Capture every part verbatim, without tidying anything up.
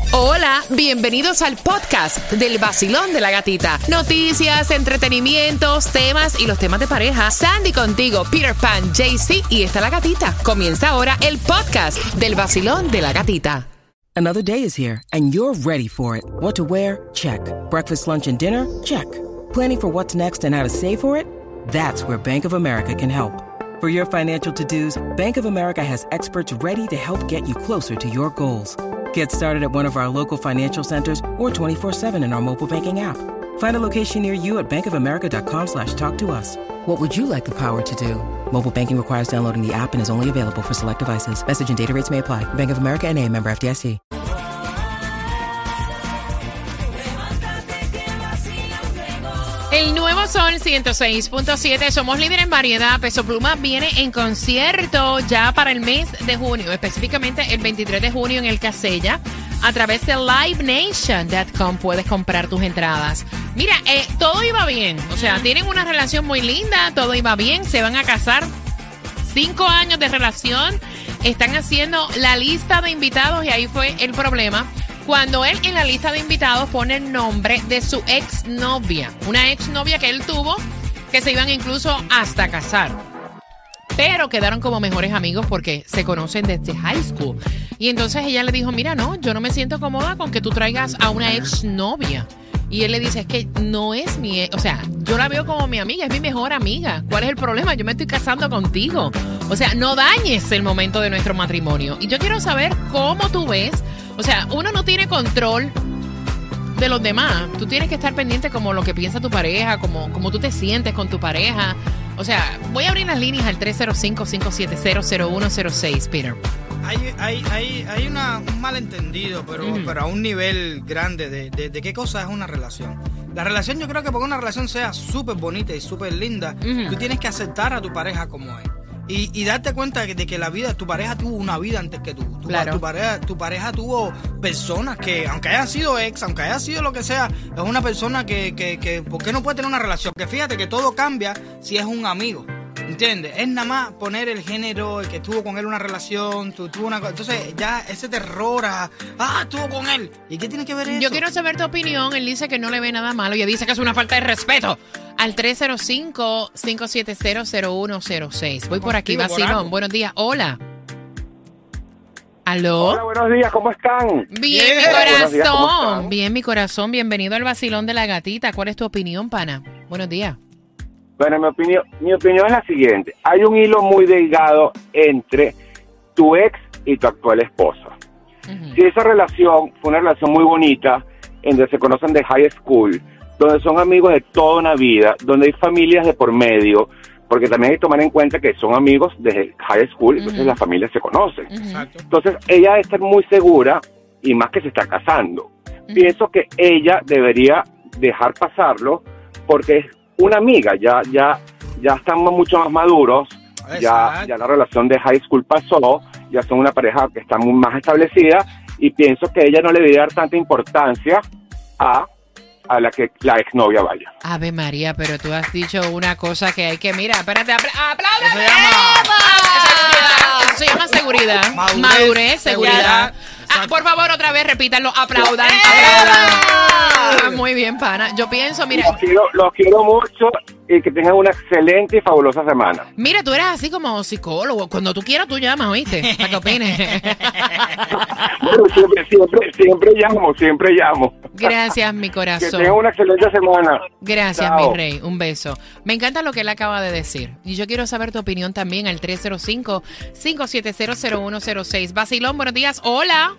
Hola, bienvenidos al podcast del Vacilón de la Gatita. Noticias, entretenimientos, temas y los temas de pareja. Sandy contigo, Peter Pan, J C y está la gatita. Comienza ahora el podcast del Vacilón de la Gatita. Another day is here and you're ready for it. What to wear? Check. Breakfast, lunch, and dinner? Check. Planning for what's next and how to save for it? That's where Bank of America can help. For your financial to-dos, Bank of America has experts ready to help get you closer to your goals. Get started at one of our local financial centers or twenty-four seven in our mobile banking app. Find a location near you at bankofamerica.com slash talk to us. What would you like the power to do? Mobile banking requires downloading the app and is only available for select devices. Message and data rates may apply. Bank of America N A, member F D I C. El nuevo Sol ciento seis punto siete, somos líderes en variedad. Peso Pluma viene en concierto ya para el mes de junio, específicamente el veintitrés de junio en el Casella. A través de live nation punto com puedes comprar tus entradas. Mira, eh, todo iba bien, o sea, tienen una relación muy linda, todo iba bien, se van a casar. Cinco años de relación, están haciendo la lista de invitados y ahí fue el problema. Cuando él en la lista de invitados pone el nombre de su exnovia, una exnovia que él tuvo, que se iban incluso hasta casar. Pero quedaron como mejores amigos porque se conocen desde high school. Y entonces ella le dijo, mira, no, yo no me siento cómoda con que tú traigas a una exnovia. Y él le dice, es que no es mi, o sea, yo la veo como mi amiga, es mi mejor amiga. ¿Cuál es el problema? Yo me estoy casando contigo. O sea, no dañes el momento de nuestro matrimonio. Y yo quiero saber cómo tú ves. O sea, uno no tiene control de los demás. Tú tienes que estar pendiente como lo que piensa tu pareja, como, como tú te sientes con tu pareja. O sea, voy a abrir las líneas al tres cero cinco, cinco siete cero, cero uno cero seis, Peter. Hay, hay, hay, hay una, un malentendido, pero, mm. pero a un nivel grande de, de, de qué cosa es una relación. La relación, yo creo que para que una relación sea súper bonita y súper linda, mm. tú tienes que aceptar a tu pareja como es. Y, y darte cuenta de que la vida, tu pareja tuvo una vida antes que tú. Tu, claro. tu, pareja, tu pareja tuvo personas que, aunque hayan sido ex, aunque haya sido lo que sea, es una persona que, que, que ¿por qué no puede tener una relación? Que fíjate que todo cambia si es un amigo. ¿Entiendes? Es nada más poner el género, el que estuvo con él una relación, tu, tuvo una... Entonces ya ese terror a... Ah, estuvo con él. ¿Y qué tiene que ver eso? Yo quiero saber tu opinión. Él dice que no le ve nada malo. Ella dice que es una falta de respeto. Al tres cero cinco, cinco siete cero, cero uno cero seis. Voy por aquí, Vacilón. Buenos días. Hola. ¿Aló? Hola, buenos días. ¿Cómo están? Bien, Bien. mi corazón. Días, ¿cómo están? Bien, mi corazón. Bienvenido al Vacilón de la Gatita. ¿Cuál es tu opinión, pana? Buenos días. Bueno, mi opinión, mi opinión es la siguiente. Hay un hilo muy delgado entre tu ex y tu actual esposo. Uh-huh. Si esa relación fue una relación muy bonita, en donde se conocen de high school, donde son amigos de toda una vida, donde hay familias de por medio, porque también hay que tomar en cuenta que son amigos desde high school, uh-huh. entonces las familias se conocen. Uh-huh. Entonces ella debe estar muy segura, y más que se está casando. Uh-huh. Pienso que ella debería dejar pasarlo, porque es una amiga, ya ya ya estamos mucho más maduros, ya, ya la relación de high school pasó, ya son una pareja que está muy más establecida, y pienso que ella no le debería dar tanta importancia a, a la que la exnovia vaya. Ave María, pero tú has dicho una cosa que hay que, mira, espérate, apl- ¡apláudame! Eso se llama... Eso se llama seguridad. Madurez, Madurez, seguridad. seguridad. Ah, por favor, otra vez, repítanlo, aplaudan, ¡Eh! aplaudan. Muy bien, pana. Yo pienso, mira... Los quiero, los quiero mucho, y que tengan una excelente y fabulosa semana. Mira, tú eres así como psicólogo. Cuando tú quieras, tú llamas, ¿oíste? Para que opines. Bueno, siempre, siempre, siempre llamo, siempre llamo. Gracias, mi Que corazón. tengan una excelente semana. Gracias, Chao. mi rey. Un beso. Me encanta lo que él acaba de decir. Y yo quiero saber tu opinión también al tres cero cinco, cinco siete cero, cero uno cero seis. Vacilón, buenos días. Hola.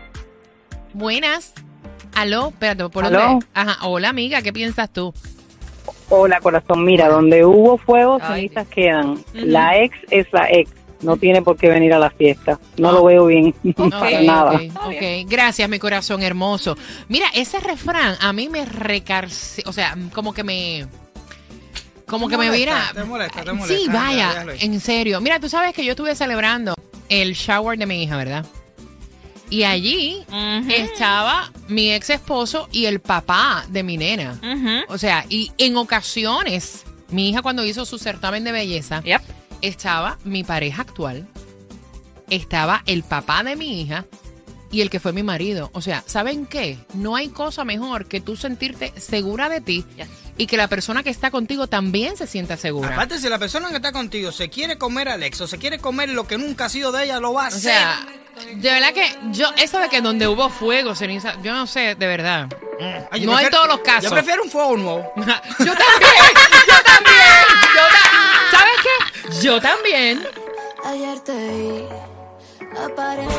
Buenas. Aló, espérate, ¿por ¿Aló? dónde? Ajá, hola, amiga, ¿qué piensas tú? Hola, corazón. Mira, donde hubo fuego, Ay, cenizas quedan. La ex es la ex. No tiene por qué venir a la fiesta. No lo veo bien. Para Ok, nada. ok, ok. Gracias, mi corazón hermoso. Mira, ese refrán a mí me recarce, o sea, como que me... Como Te que me molesta, mira... te molesta, te molesta. Sí, Ya, vaya, déjalo ahí. en serio. Mira, tú sabes que yo estuve celebrando el shower de mi hija, ¿verdad? Y allí uh-huh. estaba mi ex esposo y el papá de mi nena. Uh-huh. O sea, y en ocasiones, mi hija cuando hizo su certamen de belleza, yep. estaba mi pareja actual, estaba el papá de mi hija y el que fue mi marido. O sea, ¿saben qué? No hay cosa mejor que tú sentirte segura de ti yes. y que la persona que está contigo también se sienta segura. Aparte, si la persona que está contigo se quiere comer al ex o se quiere comer lo que nunca ha sido de ella, lo va a hacer. O sea, de verdad que yo, eso de que donde hubo fuego, ceniza, yo no sé, de verdad. Ay, no en todos los casos. Yo prefiero un fuego nuevo. Yo también, yo también. Yo ta- ¿Sabes qué? Yo también. Ayer te vi aparecer.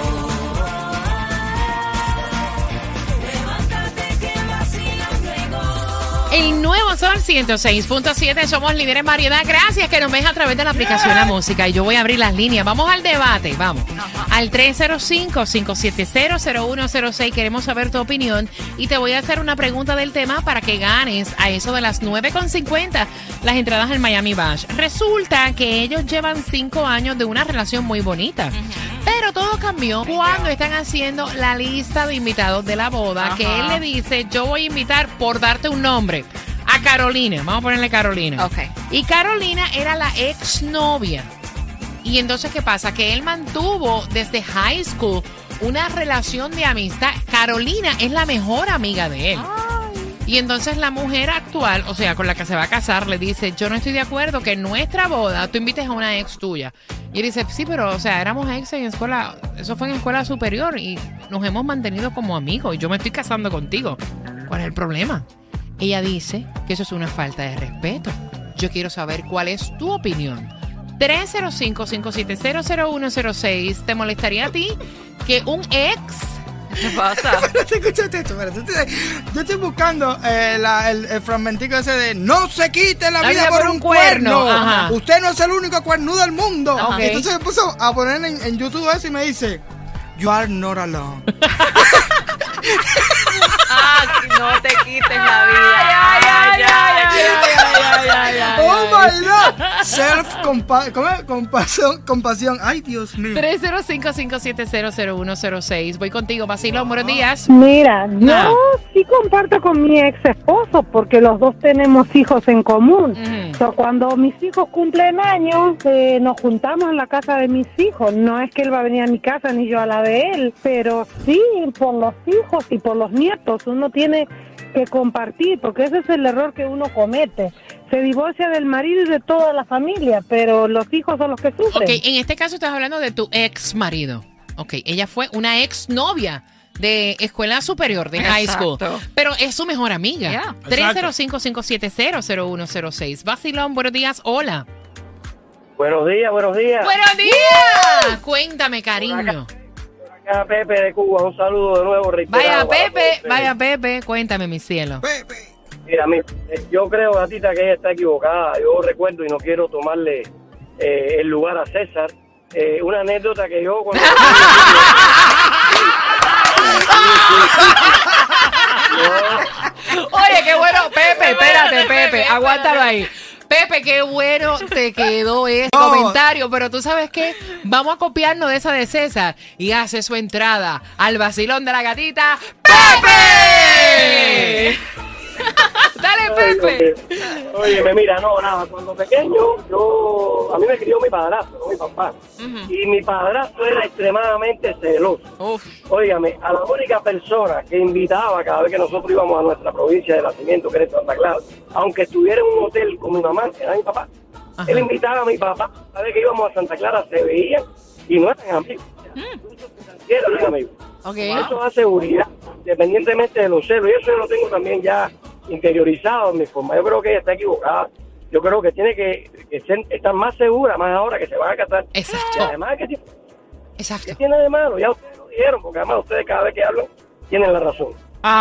El nuevo Sol ciento seis punto siete, somos líderes en variedad. Gracias que nos ves a través de la aplicación La Música. Y yo voy a abrir las líneas. Vamos al debate, vamos. Al tres cero cinco, cinco siete cero, cero uno cero seis. Queremos saber tu opinión. Y te voy a hacer una pregunta del tema para que ganes a eso de las nueve con cincuenta las entradas al Miami Bash. Resulta que ellos llevan cinco años de una relación muy bonita. Uh-huh. Pero todo cambió cuando están haciendo la lista de invitados de la boda. Ajá. Que él le dice, yo voy a invitar, por darte un nombre, a Carolina. Vamos a ponerle Carolina. Okay. Y Carolina era la exnovia. Y entonces, ¿qué pasa? Que él mantuvo desde high school una relación de amistad. Carolina es la mejor amiga de él. Ay. Y entonces la mujer actual, o sea, con la que se va a casar, le dice, yo no estoy de acuerdo que en nuestra boda tú invites a una ex tuya. Y él dice, sí, pero, o sea, éramos ex en escuela, eso fue en escuela superior y nos hemos mantenido como amigos y yo me estoy casando contigo. ¿Cuál es el problema? Ella dice que eso es una falta de respeto. Yo quiero saber cuál es tu opinión. tres cero cinco, cinco siete cero, cero uno cero seis. ¿Te molestaría a ti que un ex... ¿Qué pasa? Escúchate esto, espérate. Yo estoy buscando eh, la, el, el fragmentico ese de no se quite la, la vida, vida por, por un cuerno. cuerno. Ajá. Usted no es el único cuernudo del mundo. Okay. Entonces me puso a poner en, en YouTube eso y me dice, you are not alone. Ah, no te quites la vida. Ay, ay, ay, ay, ay, ay, ay, oh my God. Self compa ¿cómo es? compasión, compasión. Ay, Dios mío. tres cero cinco, cinco siete cero, cero uno cero seis. Voy contigo, Basilón. Buenos días. Mira, yo ah. sí comparto con mi ex esposo porque los dos tenemos hijos en común. Mm. So, cuando mis hijos cumplen años, eh, nos juntamos en la casa de mis hijos. No es que él va a venir a mi casa ni yo a la de él, pero sí por los hijos y por los nietos uno tiene que compartir, porque ese es el error que uno comete. Se divorcia del marido y de toda la familia, pero los hijos son los que sufren. Ok, en este caso estás hablando de tu ex marido. Ok, ella fue una ex novia de escuela superior, de high school. Exacto. Pero es su mejor amiga. Yeah. tres cero cinco, cinco siete cero, cero uno cero seis. Basilón, buenos días, hola. Buenos días, buenos días. ¡Buenos días! Uh, Cuéntame, cariño. A Pepe de Cuba, un saludo de nuevo, reiterado. Vaya Pepe, vaya Pepe, cuéntame, mi cielo. Pepe. Mira, mi, yo creo, gatita, que ella está equivocada. Yo recuerdo, y no quiero tomarle eh, el lugar a César, eh, una anécdota que yo cuando... Oye, qué bueno, Pepe, espérate, Pepe, aguántalo ahí. Pepe, qué bueno te quedó ese oh. comentario, pero tú sabes qué, vamos a copiarnos de esa de César y hace su entrada al vacilón de la gatita, ¡Pepe! Dale, Pepe. Oye, oye, mira, no, nada, cuando pequeño, yo, a mí me crió mi padrastro, mi papá, uh-huh. y mi padrastro era extremadamente celoso. Uf. Óigame, a la única persona que invitaba cada vez que nosotros íbamos a nuestra provincia de nacimiento, que era Santa Clara, aunque estuviera en un hotel con mi mamá, que era mi papá, uh-huh. él invitaba a mi papá, cada vez que íbamos a Santa Clara se veían y no eran amigos, incluso financieros eran amigos. Okay. Eso da seguridad, independientemente de los celos, y eso yo lo tengo también ya interiorizado en mi forma. Yo creo que ella está equivocada. Yo creo que tiene que, que ser, estar más segura, más ahora que se van a casar. Exacto. Y además, ¿qué tiene, Exacto. ¿qué tiene de malo? Ya ustedes lo dijeron, porque además ustedes cada vez que hablan tienen la razón.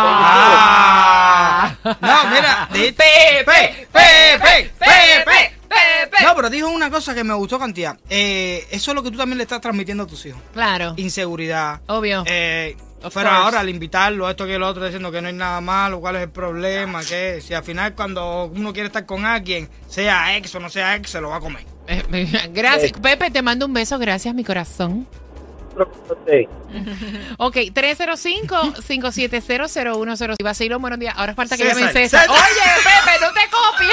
Ah, no, mira, Pepe, Pepe, Pepe, Pepe. No, pero dijo una cosa que me gustó cantidad. Eh, eso es lo que tú también le estás transmitiendo a tus hijos. Claro. Inseguridad. Obvio. Eh, pero ahora al invitarlo, esto que lo otro, diciendo que no hay nada malo, cuál es el problema, que si al final cuando uno quiere estar con alguien, sea ex o no sea ex, se lo va a comer. Eh, gracias, eh. Pepe, te mando un beso, gracias, mi corazón. Sí. Ok, tres cero cinco, cinco siete cero, cero uno cero seis. Basilón, buenos días. Ahora falta que César, llamen César. César. Oye, Pepe, no te copies.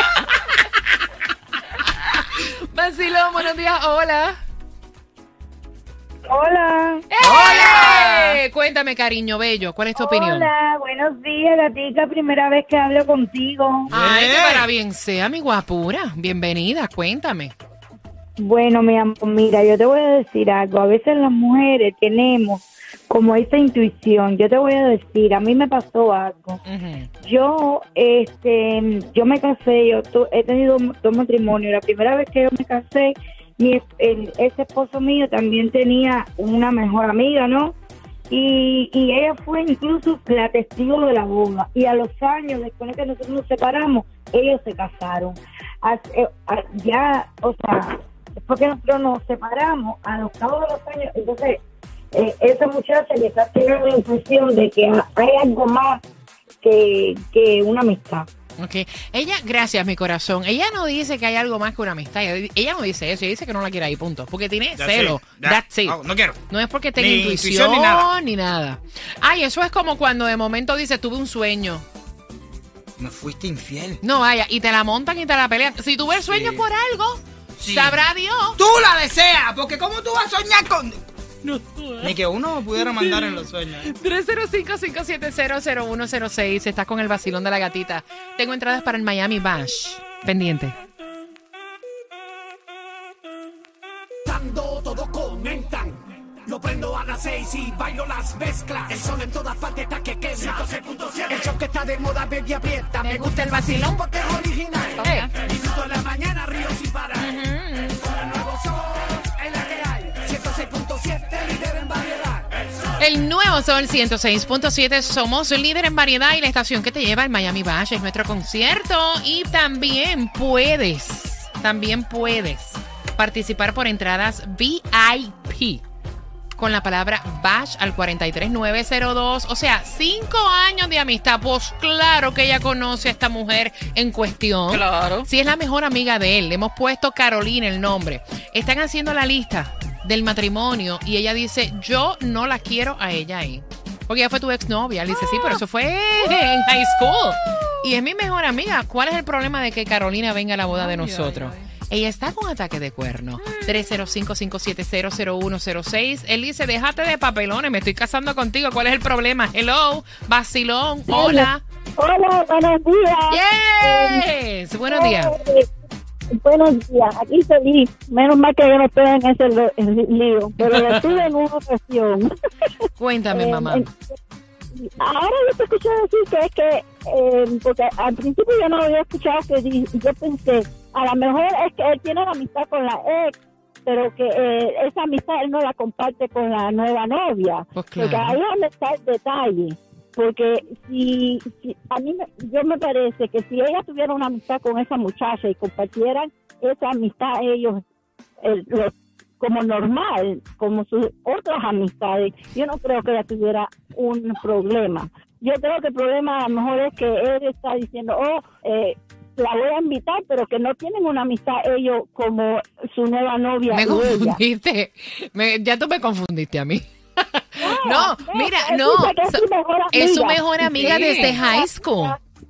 Basilón, buenos días. Hola. Hola. ¡Eh! ¡Hola! ¡Eh! Cuéntame, cariño bello, ¿cuál es tu opinión? Hola, buenos días, Gatica. Primera vez que hablo contigo. Ay, ¡Eh! que para bien sea, mi guapura. Bienvenida, cuéntame. Bueno, mi amor, mira, yo te voy a decir algo. A veces las mujeres tenemos como esa intuición. Yo te voy a decir, a mí me pasó algo. Ujú. Yo, este, yo me casé, yo tu- he tenido dos matrimonios. La primera vez que yo me casé, mi, el, ese esposo mío también tenía una mejor amiga, ¿no? Y, y ella fue incluso la testigo de la boda. Y a los años, después de que nosotros nos separamos, ellos se casaron. As- eh, a- ya, o sea, después que nosotros nos separamos, a los cabos de los años, entonces, eh, esa muchacha le está teniendo la impresión de que hay algo más que, que una amistad. Ok. Ella, gracias, mi corazón. Ella no dice que hay algo más que una amistad. Ella, ella no dice eso. Ella dice que no la quiere ahí, punto. Porque tiene Ya celo. sé, ya. That's it. No, no quiero. No es porque tenga Ni intuición, intuición ni nada. ni nada. Ay, eso es como cuando de momento dice, tuve un sueño. Me fuiste infiel. No, vaya, y te la montan y te la pelean. Si tuve el sueño Sí. por algo, Sí. sabrá Dios. Tú la deseas, porque ¿cómo tú vas a soñar con...? Ni que uno pudiera mandar en los sueños. ¿eh? tres cero cinco, cinco siete cero, cero uno cero seis. Estás con el vacilón de la gatita. Tengo entradas para el Miami Bash. Pendiente. Todos comentan. Lo prendo a las seis y bailo las mezclas. El sol en todas partes está que quema. ciento seis punto siete. El show que está de moda, baby, aprieta. Me gusta el vacilón porque es original. Hey. Disfruto en la mañana, río sin parar. Con el nuevo sol en la que hay. ciento seis punto siete, líder en variedad. El nuevo Sol ciento seis punto siete, somos líder en variedad y la estación que te lleva al Miami Bash es nuestro concierto. Y también puedes, también puedes participar por entradas V I P con la palabra Bash al cuatro tres nueve cero dos. O sea, cinco años de amistad. Pues claro que ella conoce a esta mujer en cuestión. Claro. Si es la mejor amiga de él. Le hemos puesto Carolina el nombre. Están haciendo la lista del matrimonio y ella dice, yo no la quiero a ella ahí. Porque ella fue tu exnovia. Le dice, sí, pero eso fue en high school. Y es mi mejor amiga. ¿Cuál es el problema de que Carolina venga a la boda de nosotros? Ella está con ataque de cuerno. tres cero cinco, cinco siete cero, cero uno cero seis. Él dice, déjate de papelones, me estoy casando contigo. ¿Cuál es el problema? Hello, vacilón, hola. Hola, buenos días. Yes, buenos días. Eh, buenos días, aquí feliz. Menos mal que yo no estoy en ese lo- en ese lío, pero yo estuve en una ocasión. Cuéntame, Eh, mamá. en- Ahora yo te escuché decir que es que, eh, porque al principio yo no había escuchado que di- yo pensé, a lo mejor es que él tiene la amistad con la ex, pero que eh, esa amistad él no la comparte con la nueva novia. Pues Porque claro. ahí es donde está el detalle. Porque si, si a mí me- yo me parece que si ella tuviera una amistad con esa muchacha y compartieran esa amistad ellos el- los- como normal, como sus otras amistades, yo no creo que ella tuviera un problema. Yo creo que el problema a lo mejor es que él está diciendo, oh, eh, la voy a invitar, pero que no tienen una amistad ellos como su nueva novia. Me y ella. confundiste. Me- ya tú me confundiste a mí. No, mira, él no. dice que es su mejor Es su amiga. mejor amiga Sí. desde high school.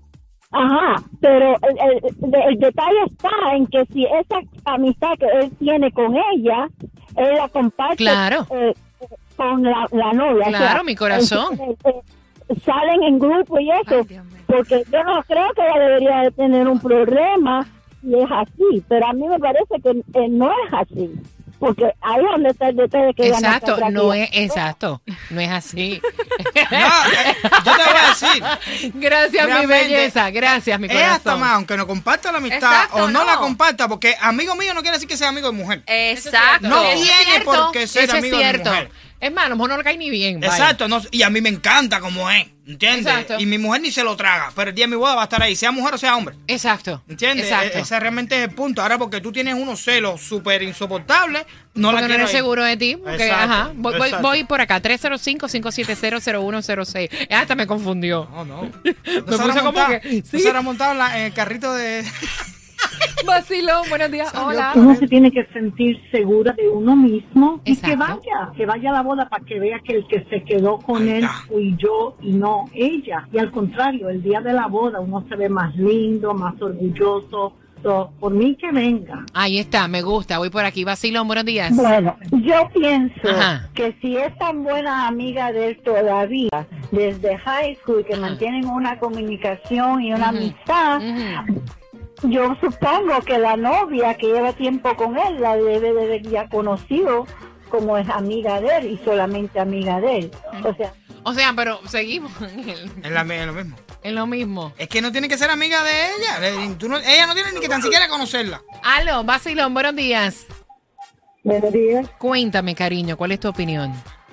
Ajá, pero el, el- el detalle está en que si esa amistad que él tiene con ella, él la comparte Claro. eh, con la, la novia. Claro, mi corazón. eh, eh, salen en grupo y eso, porque yo no creo que ella debería de tener un problema si es así, pero a mí me parece que eh, no es así. Porque ahí es donde está el detalle que ella Exacto, está no tranquila. es exacto, no es así. No, eh, yo te voy a decir. Gracias, mi Realmente, belleza, gracias, mi Ella está corazón. más, aunque no comparta la amistad Exacto, o no, no. la comparta, porque amigo mío no quiere decir que sea amigo de mujer. Exacto. No Eso es tiene cierto, por qué ser eso es amigo de cierto. mujer. Es más, a lo mejor no le cae ni bien. vaya. Exacto, no, y a mí me encanta como es, ¿entiendes? Exacto. Y mi mujer ni se lo traga, pero el día de mi boda va a estar ahí, sea mujer o sea hombre. Exacto. ¿Entiendes? Exacto. E- Ese realmente es el punto. Ahora, porque tú tienes unos celos súper insoportables, no la Porque no quiero eres ahí. seguro de ti. Porque, Exacto, ajá. Voy, voy, exacto. voy por acá. tres cero cinco, cinco siete cero, cero uno cero seis. Hasta me confundió. No, no. Me se puse habrá como montado- que, no sí. se habrá montado en, la- en el carrito de... Vacilón, buenos días. Hola. Uno se tiene que sentir segura de uno mismo y Exacto. que vaya, que vaya a la boda para que vea que el que se quedó con Ahí él está. fui yo y no ella. Y al contrario, el día de la boda uno se ve más lindo, más orgulloso, So, por mí que venga. Ahí está, me gusta. Voy por aquí. Vacilón, buenos días. Bueno, yo pienso Ajá. que si es tan buena amiga de él todavía, desde high school, que Ajá. mantienen una comunicación y una Ujú. amistad, Ujú. yo supongo que la novia que lleva tiempo con él la debe de haber ya conocido como es amiga de él y solamente amiga de él. O sea, O sea, pero seguimos en, el- Es, la- es lo mismo. en lo mismo. Es que no tiene que ser amiga de ella. Eh, tú no- ella no tiene ni que tan siquiera conocerla. Aló, Vacilón, buenos días. Buenos días. Cuéntame, cariño, ¿cuál es tu opinión?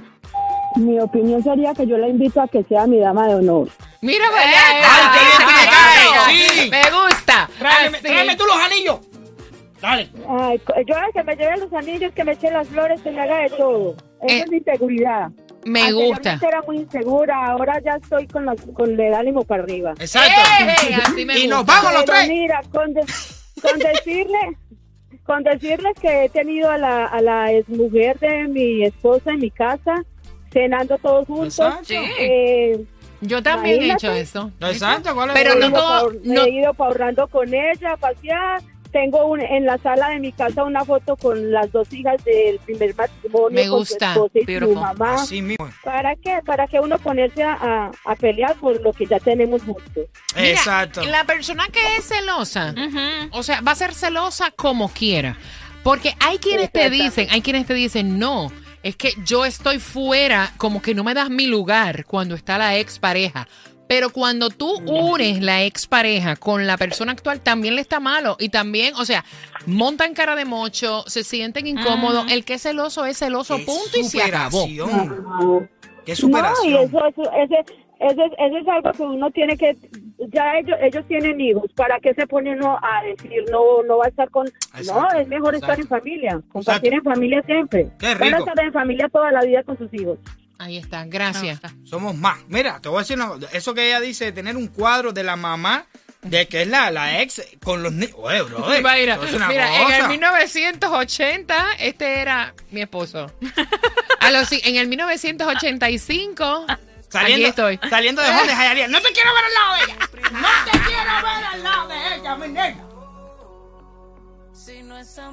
Mi opinión sería que yo la invito a que sea mi dama de honor. Mira, para allá. ¡Ay, qué bien que me cae! ¡Sí! Me gusta. Tráeme, Así. tráeme tú los anillos. Dale. Ay, yo que me lleve los anillos, que me eche las flores, que me haga de todo. Esa Eh, es mi seguridad. Me Anteriormente gusta. era muy insegura, ahora ya estoy con, la, con el ánimo para arriba. Exacto. ¡Eh! Así me Y nos gusta. vamos los Pero tres. mira, con, de- con decirle, con decirles que he tenido a la, a la exmujer de mi esposa en mi casa, cenando todos juntos. Exacto. Sí. Eh, Yo también he Imagínate. hecho eso. Exacto. ¿Cuál es Pero el no he ido problema? todo- pa- no- he ido pa ahorrando con ella a pasear. Tengo un, en la sala de mi casa una foto con las dos hijas del primer matrimonio. Me con gusta. su esposa y Beautiful. su mamá. Así mismo. ¿Para qué? Para que uno ponerse a, a, a pelear por lo que ya tenemos juntos. Mira, Exacto. La persona que es celosa, Ujú. o sea, va a ser celosa como quiera. Porque hay quienes te dicen, hay quienes te dicen, no, es que yo estoy fuera, como que no me das mi lugar cuando está la expareja. Pero cuando tú unes la expareja con la persona actual, también le está malo. Y también, o sea, montan cara de mocho, se sienten incómodos. El que es celoso es celoso, Qué punto, y se acabó. superación. Qué No, y superación. eso, eso, ese, ese, eso es algo que uno tiene que, ya ellos, ellos tienen hijos, ¿para qué se ponen uno a decir no, no va a estar con, Exacto, no, es mejor estar exacto. en familia, compartir en familia siempre. Qué Van a rico. estar en familia toda la vida con sus hijos. Ahí está, gracias. Somos más. Mira, te voy a decir una cosa. Eso que ella dice de tener un cuadro de la mamá, de que es la, la ex, con los niños. Oye, bro. Mira, Es una mira, en cosa. el mil novecientos ochenta, este era mi esposo. A los, en el mil novecientos ochenta y cinco, Saliendo, aquí estoy. Saliendo de Honda, Jayalía. No te quiero ver al lado de ella. No te quiero ver al lado de ella, mi nena. Si no es